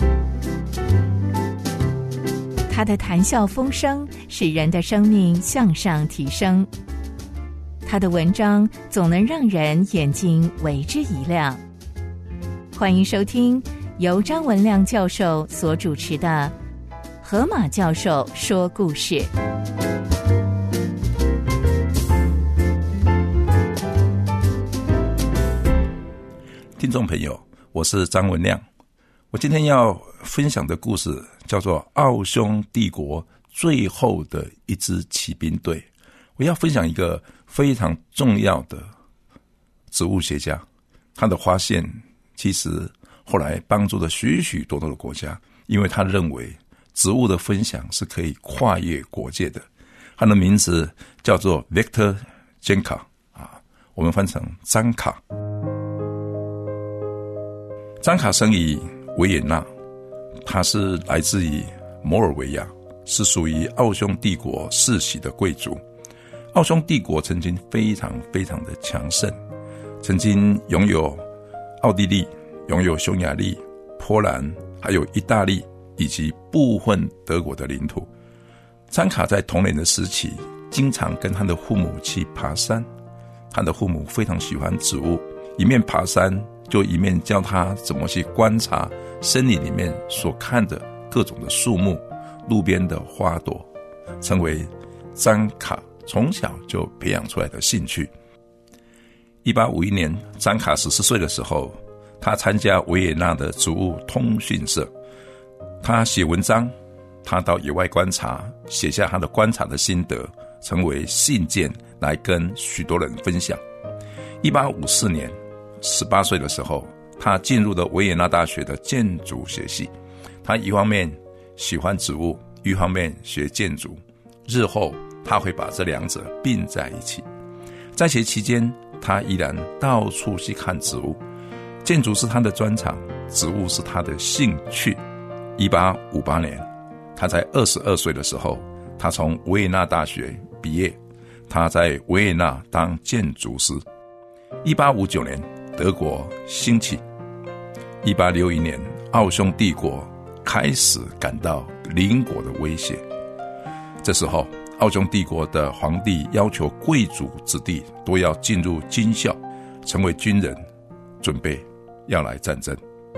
他的谈笑风生使人的生命向上提升，他的文章总能让人眼睛为之一亮。欢迎收听由张文亮教授所主持的河马教授说故事。 听众朋友，我是张文亮。我今天要分享的故事叫做奥匈帝国最后的一支骑兵队。我要分享一个非常重要的植物学家，他的发现其实后来帮助了许许多多的国家，因为他认为植物的分享是可以跨越国界的。他的名字叫做 Victor Janka， 我们翻成张卡。张卡生于维也纳，他是来自于摩尔维亚，是属于奥匈帝国世袭的贵族。奥匈帝国曾经非常非常的强盛，曾经拥有奥地利，拥有匈牙利、波兰，还有意大利以及部分德国的领土。张卡在童年的时期经常跟他的父母去爬山，他的父母非常喜欢植物，一面爬山就一面教他怎么去观察森林里面所看的各种的树木、路边的花朵，成为张卡从小就培养出来的兴趣。1851年，张卡14岁的时候，他参加维也纳的植物通讯社，他写文章，他到野外观察，写下他的观察的心得，成为信件来跟许多人分享。1854年18岁的时候，他进入了维也纳大学的建筑学系。他一方面喜欢植物，一方面学建筑，日后他会把这两者并在一起。在学期间，他依然到处去看植物，建筑是他的专长，植物是他的兴趣。1858年，他在22岁的时候，他从维也纳大学毕业，他在维也纳当建筑师。1859年，德国兴起。1861年，奥匈帝国开始感到邻国的威胁。这时候，奥匈帝国的皇帝要求贵族子弟都要进入军校，成为军人，准备要来战争。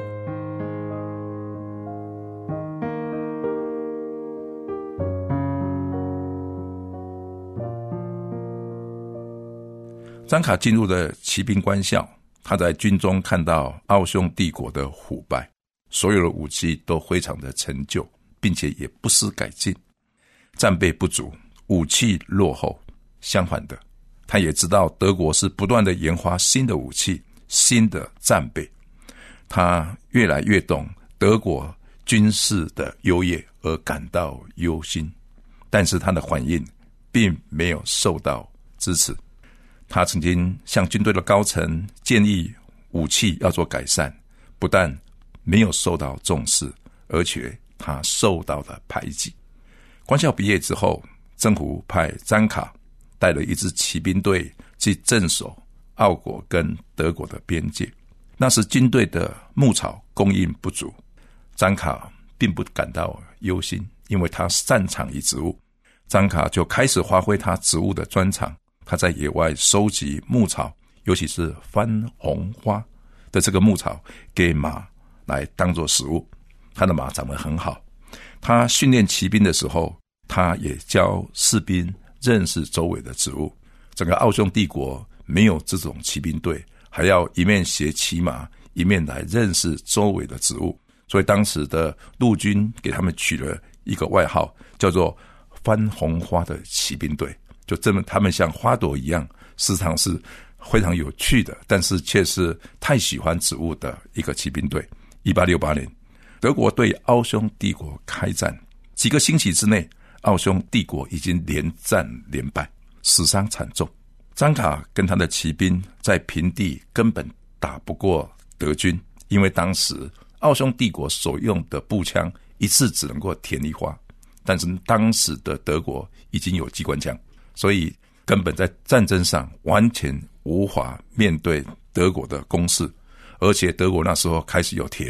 张卡进入了骑兵官校，他在军中看到奥匈帝国的腐败，所有的武器都非常的陈旧，并且也不思改进，战备不足，武器落后。相反的，他也知道德国是不断的研发新的武器、新的战备，他越来越懂德国军事的优越而感到忧心，但是他的反应并没有受到支持。他曾经向军队的高层建议武器要做改善，不但没有受到重视，而且他受到了排挤。官校毕业之后，政府派张卡带了一支骑兵队去镇守奥国跟德国的边界。那时军队的牧草供应不足，张卡并不感到忧心，因为他擅长于植物。张卡就开始发挥他植物的专长，他在野外收集牧草，尤其是番红花的这个牧草，给马来当作食物。他的马长得很好。他训练骑兵的时候，他也教士兵认识周围的植物。整个奥匈帝国没有这种骑兵队，还要一面学骑马，一面来认识周围的植物。所以当时的陆军给他们取了一个外号，叫做番红花的骑兵队。就这么他们像花朵一样，时常是非常有趣的，但是却是太喜欢植物的一个骑兵队。1868年，德国对奥匈帝国开战，几个星期之内，奥匈帝国已经连战连败，死伤惨重。张卡跟他的骑兵在平地根本打不过德军，因为当时奥匈帝国所用的步枪一次只能够填一发，但是当时的德国已经有机关枪，所以根本在战争上完全无法面对德国的攻势。而且德国那时候开始有铁路，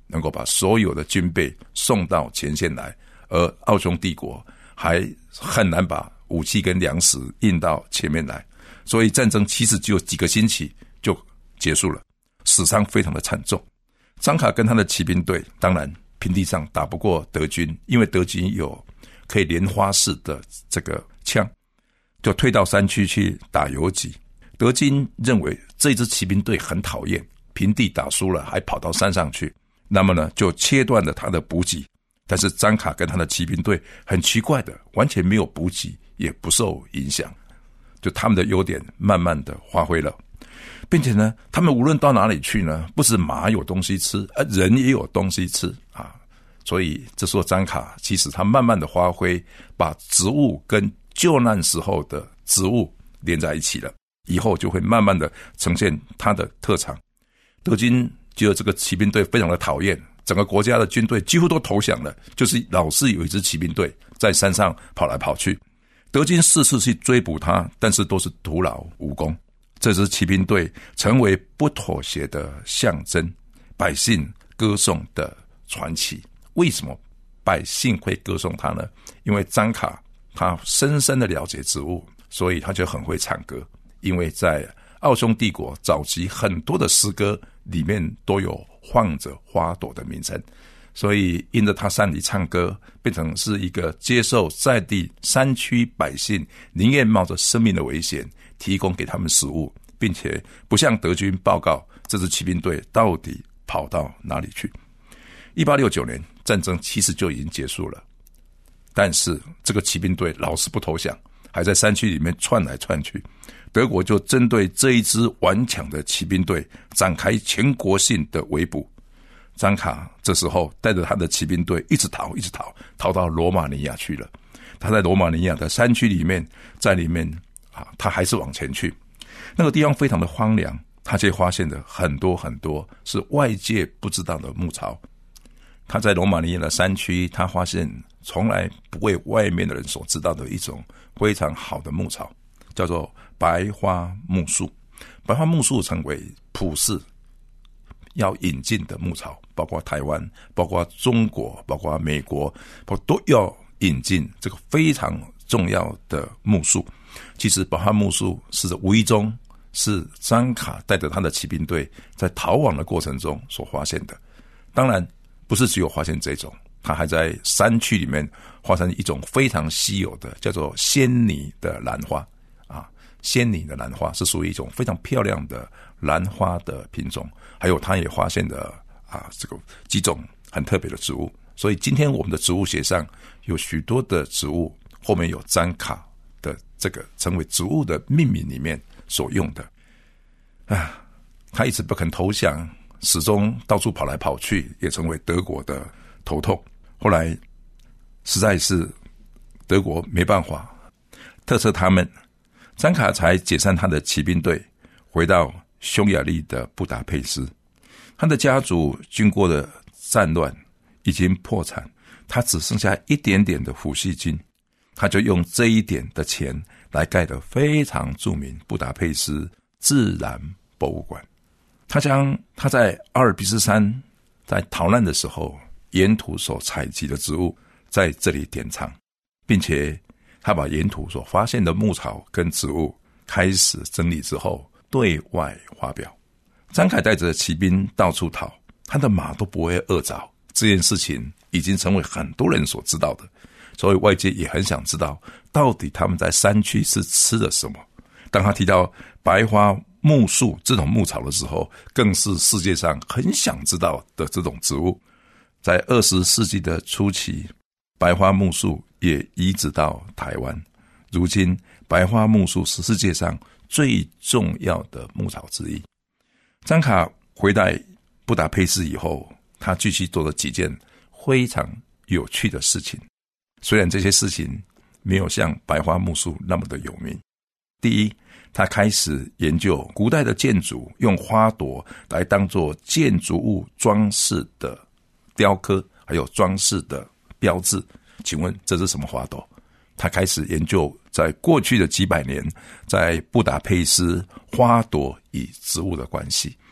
能够把所有的军备送到前线来，而奥匈帝国还很难把武器跟粮食运到前面来，所以战争其实只有几个星期就结束了，死伤非常的惨重。张卡跟他的骑兵队当然平地上打不过德军，因为德军有可以连花式的这个枪，就退到山区去打游击。德军认为这支骑兵队很讨厌，平地打输了还跑到山上去，那么呢就切断了他的补给。但是张卡跟他的骑兵队很奇怪的，完全没有补给，也不受影响，就他们的优点慢慢的发挥了。并且呢，他们无论到哪里去呢，不止马有东西吃，人也有东西吃啊。所以这时候张卡其实他慢慢的发挥，把植物跟救难时候的植物连在一起了，以后就会慢慢的呈现他的特长。德军觉得这个骑兵队非常的讨厌，整个国家的军队几乎都投降了，就是老是有一支骑兵队在山上跑来跑去。德军4次去追捕他，但是都是徒劳无功。这支骑兵队成为不妥协的象征，百姓歌颂的传奇。为什么百姓会歌颂他呢？因为张卡他深深的了解植物，所以他就很会唱歌。因为在奥匈帝国早期很多的诗歌里面都有放着花朵的名称，所以因着他擅离唱歌，变成是一个接受在地山区百姓宁愿冒着生命的危险提供给他们食物，并且不向德军报告这支骑兵队到底跑到哪里去。1869年战争其实就已经结束了，但是这个骑兵队老是不投降，还在山区里面窜来窜去。德国就针对这一支顽强的骑兵队展开全国性的围捕。张卡这时候带着他的骑兵队一直逃到罗马尼亚去了。他在罗马尼亚的山区里面，在里面他还是往前去。那个地方非常的荒凉，他却发现了很多是外界不知道的牧草。他在罗马尼亚的山区，他发现从来不为外面的人所知道的一种非常好的牧草，叫做白花木树。白花木树成为普世要引进的牧草，包括台湾，包括中国，包括美国，都要引进这个非常重要的木树。其实白花木树是无意中是张卡带着他的骑兵队在逃亡的过程中所发现的。当然不是只有发现这种，他还在山区里面发现一种非常稀有的叫做仙女的兰花啊，仙女的兰花是属于一种非常漂亮的兰花的品种。还有他也发现了这个几种很特别的植物。所以今天我们的植物学上有许多的植物后面有张卡的这个成为植物的命名里面所用的。他一直不肯投降，始终到处跑来跑去，也成为德国的头痛。后来实在是德国没办法特赦他们，张卡才解散他的骑兵队，回到匈牙利的布达佩斯。他的家族经过了战乱已经破产，他只剩下一点点的抚恤金，他就用这一点的钱来盖了非常著名布达佩斯自然博物馆。他将他在阿尔卑斯山在逃难的时候沿途所采集的植物在这里典藏，并且他把沿途所发现的牧草跟植物开始整理之后对外发表。张凯带着骑兵到处逃，他的马都不会饿着，这件事情已经成为很多人所知道的，所以外界也很想知道到底他们在山区是吃了什么。当他提到白花木树这种牧草的时候，更是世界上很想知道的这种植物。在20世纪的初期，白花木树也移植到台湾，如今白花木树是世界上最重要的牧草之一。张卡回到布达佩斯以后，他继续做了几件非常有趣的事情，虽然这些事情没有像白花木树那么的有名。第一，他开始研究古代的建筑用花朵来当作建筑物装饰的雕刻还有装饰的标志。请问这是什么花朵？他开始研究在过去的几百年在布达佩斯花朵与植物的关系。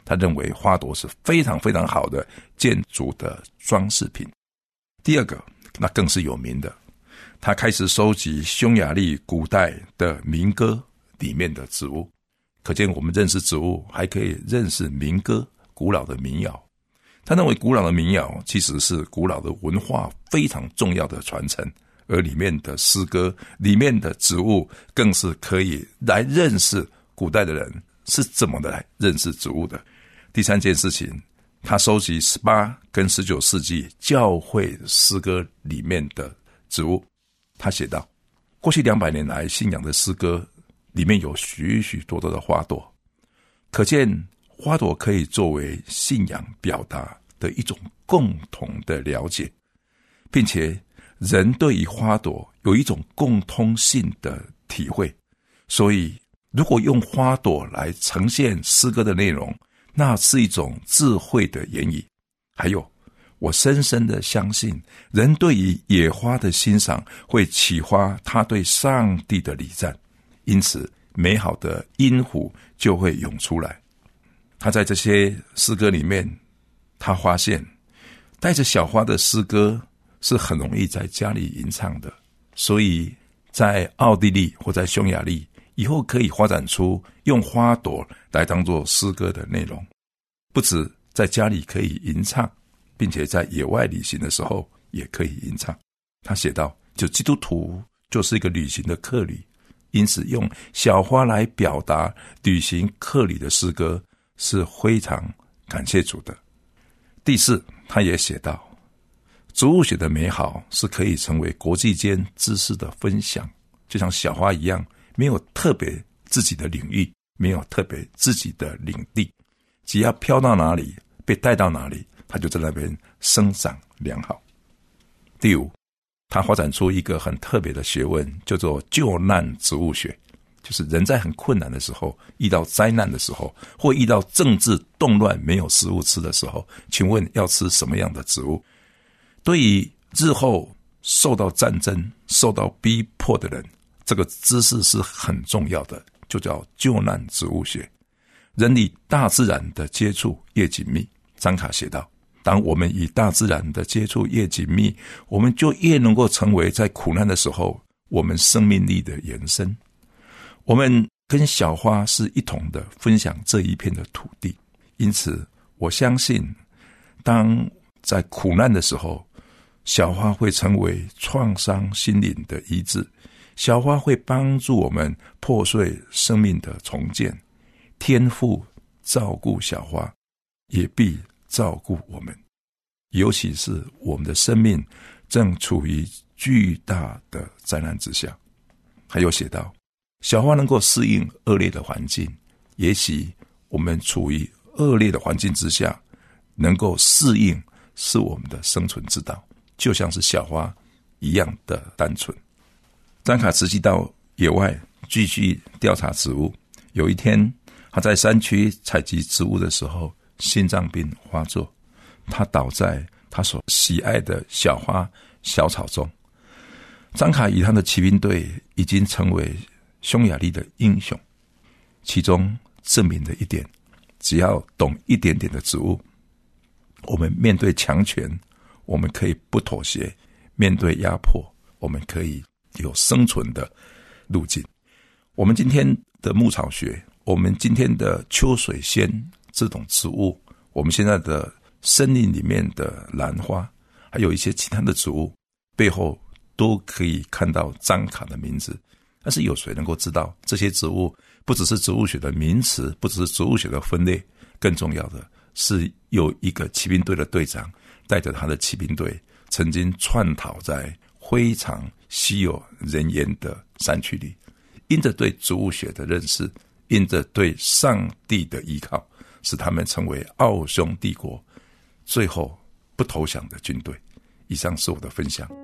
他认为花朵是非常非常好的建筑的装饰品。第二个，那更是有名的，他开始收集匈牙利古代的民歌里面的植物。可见我们认识植物还可以认识民歌，古老的民谣。他认为古老的民谣其实是古老的文化非常重要的传承，而里面的诗歌，里面的植物更是可以来认识古代的人是怎么的来认识植物的。第三件事情，他收集18跟19世纪教会诗歌里面的植物。他写道，过去200年来信仰的诗歌里面有许许多多的花朵，可见花朵可以作为信仰表达的一种共同的了解，并且人对于花朵有一种共通性的体会。所以如果用花朵来呈现诗歌的内容，那是一种智慧的言语。还有，我深深的相信，人对于野花的欣赏会启发他对上帝的礼赞，因此美好的音符就会涌出来。他在这些诗歌里面，他发现带着小花的诗歌是很容易在家里吟唱的，所以在奥地利或在匈牙利以后可以发展出用花朵来当作诗歌的内容，不止在家里可以吟唱，并且在野外旅行的时候也可以吟唱。他写道，就基督徒就是一个旅行的客旅，因此用小花来表达旅行客旅的诗歌是非常感谢主的。第四，他也写道，植物学的美好是可以成为国际间知识的分享，就像小花一样，没有特别自己的领域，没有特别自己的领地，只要飘到哪里，被带到哪里，它就在那边生长良好。第五，他发展出一个很特别的学问，叫做救难植物学，就是人在很困难的时候，遇到灾难的时候，或遇到政治动乱没有食物吃的时候，请问要吃什么样的植物？对于日后受到战争、受到逼迫的人，这个知识是很重要的，就叫救难植物学。人与大自然的接触越紧密，张卡写道，当我们与大自然的接触越紧密，我们就越能够成为在苦难的时候我们生命力的延伸。我们跟小花是一同的分享这一片的土地，因此我相信当在苦难的时候，小花会成为创伤心灵的医治，小花会帮助我们破碎生命的重建。天父照顾小花，也必照顾我们，尤其是我们的生命正处于巨大的灾难之下。还有写道，小花能够适应恶劣的环境，也许我们处于恶劣的环境之下，能够适应是我们的生存之道，就像是小花一样的单纯。张卡持续到野外继续调查植物，有一天他在山区采集植物的时候，心脏病发作，他倒在他所喜爱的小花小草中。张卡与他的骑兵队已经成为匈牙利的英雄，其中证明的一点，只要懂一点点的植物，我们面对强权我们可以不妥协，面对压迫我们可以有生存的路径。我们今天的牧草学，我们今天的秋水仙这种植物，我们现在的森林里面的兰花，还有一些其他的植物，背后都可以看到张卡的名字。但是有谁能够知道这些植物不只是植物学的名词，不只是植物学的分类，更重要的是有一个骑兵队的队长带着他的骑兵队曾经窜逃在非常稀有人烟的山区里，因着对植物学的认识，因着对上帝的依靠，使他们成为奥匈帝国最后不投降的军队。以上是我的分享。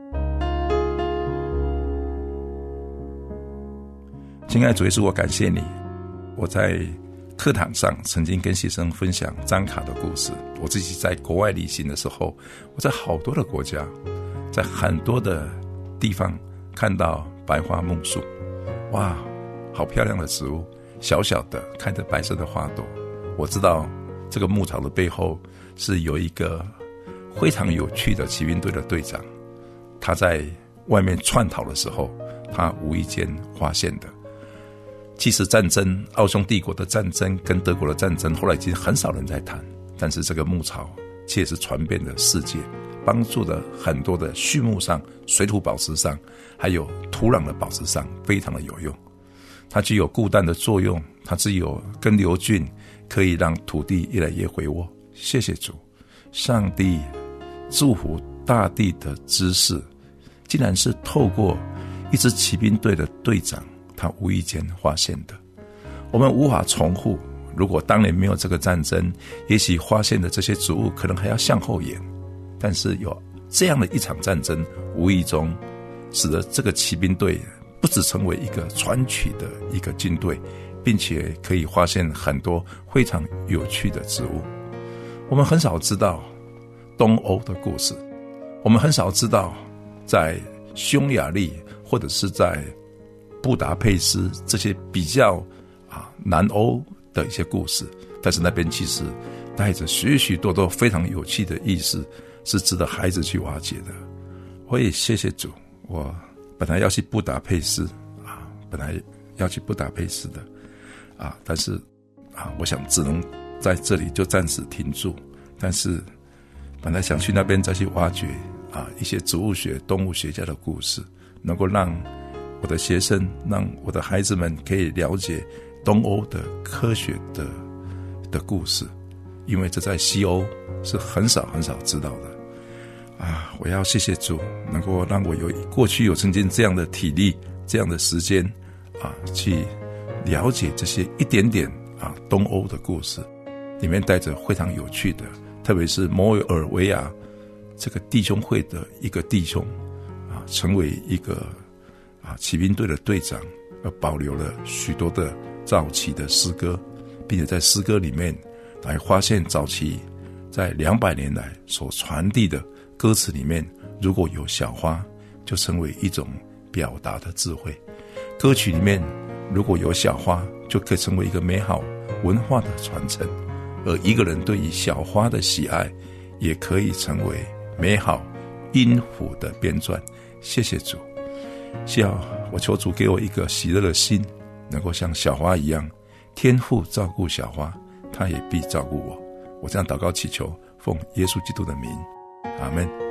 亲爱的主耶稣，我感谢你。我在课堂上曾经跟学生分享张卡的故事，我自己在国外旅行的时候，我在好多的国家，在很多的地方看到白花木树，哇，好漂亮的植物，小小的开着白色的花朵。我知道这个牧草的背后是有一个非常有趣的骑兵队的队长，他在外面窜逃的时候，他无意间发现的。即使战争，奥匈帝国的战争跟德国的战争后来已经很少人在谈，但是这个牧草却是传遍了世界，帮助了很多的畜牧上、水土保持上，还有土壤的保持上非常的有用。它具有固氮的作用，它具有根瘤菌，可以让土地越来越肥沃。谢谢主，上帝祝福大地的知识，竟然是透过一支骑兵队的队长他无意间发现的。我们无法重复，如果当年没有这个战争，也许发现的这些植物可能还要向后延，但是有这样的一场战争，无意中使得这个骑兵队不只成为一个传奇的一个军队，并且可以发现很多非常有趣的植物。我们很少知道东欧的故事，我们很少知道在匈牙利或者是在布达佩斯这些比较南欧的一些故事，但是那边其实带着许许多多非常有趣的意思，是值得孩子去挖掘的。我也谢谢主，我本来要去布达佩斯的但是我想只能在这里就暂时停住。但是本来想去那边再去挖掘一些植物学、动物学家的故事，能够让我的学生、让我的孩子们可以了解东欧的科学的故事，因为这在西欧是很少知道的。我要谢谢主，能够让我过去有曾经这样的体力、这样的时间去了解这些一点点东欧的故事，里面带着非常有趣的，特别是摩尔维亚这个弟兄会的一个弟兄成为一个骑兵队的队长，而保留了许多的早期的诗歌，并且在诗歌里面来发现早期在200年来所传递的歌词里面，如果有小花，就成为一种表达的智慧；歌曲里面如果有小花，就可以成为一个美好文化的传承；而一个人对于小花的喜爱，也可以成为美好音符的编撰。谢谢主，我求主给我一个喜乐的心，能够像小花一样，天父照顾小花，他也必照顾我。我这样祷告祈求，奉耶稣基督的名，阿们。